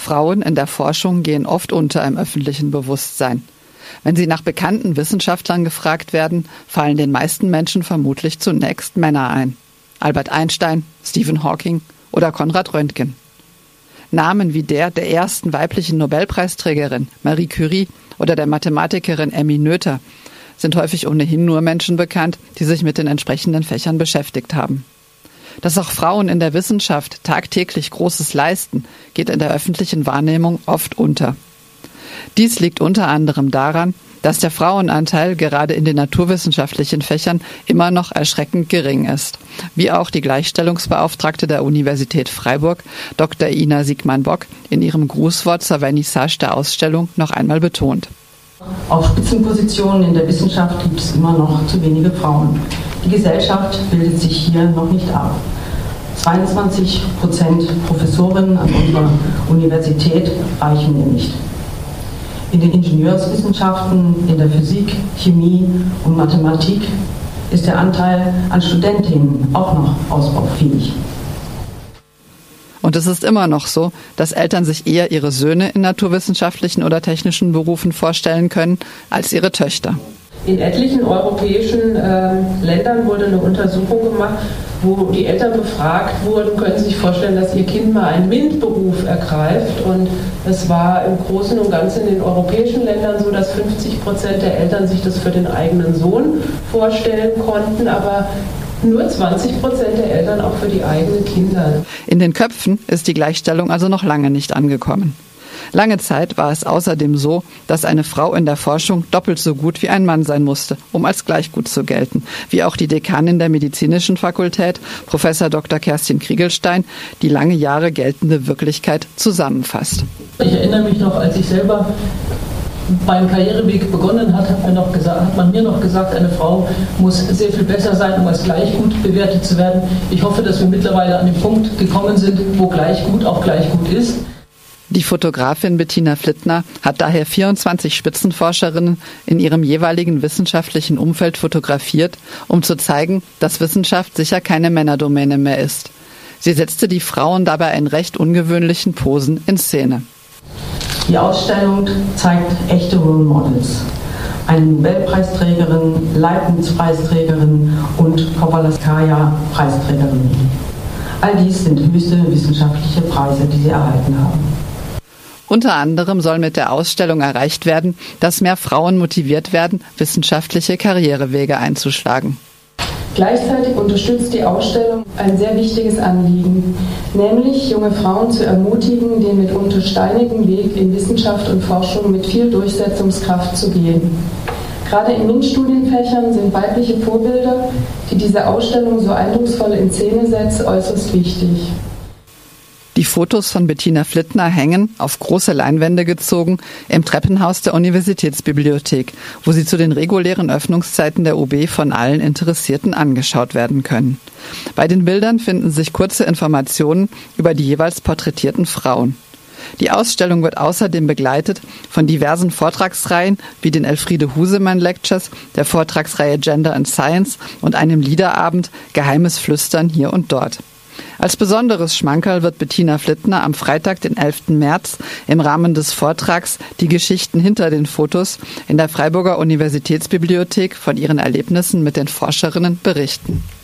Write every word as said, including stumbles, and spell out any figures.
Frauen in der Forschung gehen oft unter im öffentlichen Bewusstsein. Wenn sie nach bekannten Wissenschaftlern gefragt werden, fallen den meisten Menschen vermutlich zunächst Männer ein. Albert Einstein, Stephen Hawking oder Konrad Röntgen. Namen wie der der ersten weiblichen Nobelpreisträgerin Marie Curie oder der Mathematikerin Emmy Noether sind häufig ohnehin nur Menschen bekannt, die sich mit den entsprechenden Fächern beschäftigt haben. Dass auch Frauen in der Wissenschaft tagtäglich Großes leisten, geht in der öffentlichen Wahrnehmung oft unter. Dies liegt unter anderem daran, dass der Frauenanteil gerade in den naturwissenschaftlichen Fächern immer noch erschreckend gering ist, wie auch die Gleichstellungsbeauftragte der Universität Freiburg, Doktor Ina Siegmann-Bock, in ihrem Grußwort zur Vernissage der Ausstellung noch einmal betont. Auf Spitzenpositionen in der Wissenschaft gibt es immer noch zu wenige Frauen. Die Gesellschaft bildet sich hier noch nicht ab. zweiundzwanzig Prozent Professorinnen an unserer Universität reichen mir nicht. In den Ingenieurswissenschaften, in der Physik, Chemie und Mathematik ist der Anteil an Studentinnen auch noch ausbaufähig. Und es ist immer noch so, dass Eltern sich eher ihre Söhne in naturwissenschaftlichen oder technischen Berufen vorstellen können, als ihre Töchter. In etlichen europäischen äh, Ländern wurde eine Untersuchung gemacht, wo die Eltern befragt wurden, können Sie sich vorstellen, dass ihr Kind mal einen MINT-Beruf ergreift. Und es war im Großen und Ganzen in den europäischen Ländern so, dass fünfzig Prozent der Eltern sich das für den eigenen Sohn vorstellen konnten, aber nur zwanzig Prozent der Eltern auch für die eigenen Kinder. In den Köpfen ist die Gleichstellung also noch lange nicht angekommen. Lange Zeit war es außerdem so, dass eine Frau in der Forschung doppelt so gut wie ein Mann sein musste, um als gleich gut zu gelten, wie auch die Dekanin der medizinischen Fakultät, Professor Doktor Kerstin Kriegelstein, die lange Jahre geltende Wirklichkeit zusammenfasst. Ich erinnere mich noch, als ich selber meinen Karriereweg begonnen hat, hat man, noch gesagt, hat man mir noch gesagt, eine Frau muss sehr viel besser sein, um als gleich gut bewertet zu werden. Ich hoffe, dass wir mittlerweile an den Punkt gekommen sind, wo gleich gut auch gleich gut ist. Die Fotografin Bettina Flittner hat daher vierundzwanzig Spitzenforscherinnen in ihrem jeweiligen wissenschaftlichen Umfeld fotografiert, um zu zeigen, dass Wissenschaft sicher keine Männerdomäne mehr ist. Sie setzte die Frauen dabei in recht ungewöhnlichen Posen in Szene. Die Ausstellung zeigt echte Role Models. Eine Nobelpreisträgerin, Leibniz-Preisträgerin und Kovalevskaja-Preisträgerin. All dies sind höchste wissenschaftliche Preise, die sie erhalten haben. Unter anderem soll mit der Ausstellung erreicht werden, dass mehr Frauen motiviert werden, wissenschaftliche Karrierewege einzuschlagen. Gleichzeitig unterstützt die Ausstellung ein sehr wichtiges Anliegen, nämlich junge Frauen zu ermutigen, den mitunter steinigen Weg in Wissenschaft und Forschung mit viel Durchsetzungskraft zu gehen. Gerade in MINT-Studienfächern sind weibliche Vorbilder, die diese Ausstellung so eindrucksvoll in Szene setzt, äußerst wichtig. Die Fotos von Bettina Flittner hängen, auf große Leinwände gezogen, im Treppenhaus der Universitätsbibliothek, wo sie zu den regulären Öffnungszeiten der U B von allen Interessierten angeschaut werden können. Bei den Bildern finden sich kurze Informationen über die jeweils porträtierten Frauen. Die Ausstellung wird außerdem begleitet von diversen Vortragsreihen wie den Elfriede Husemann Lectures, der Vortragsreihe Gender and Science und einem Liederabend Geheimes Flüstern hier und dort. Als besonderes Schmankerl wird Bettina Flittner am Freitag, den elften März, im Rahmen des Vortrags Die Geschichten hinter den Fotos in der Freiburger Universitätsbibliothek von ihren Erlebnissen mit den Forscherinnen berichten.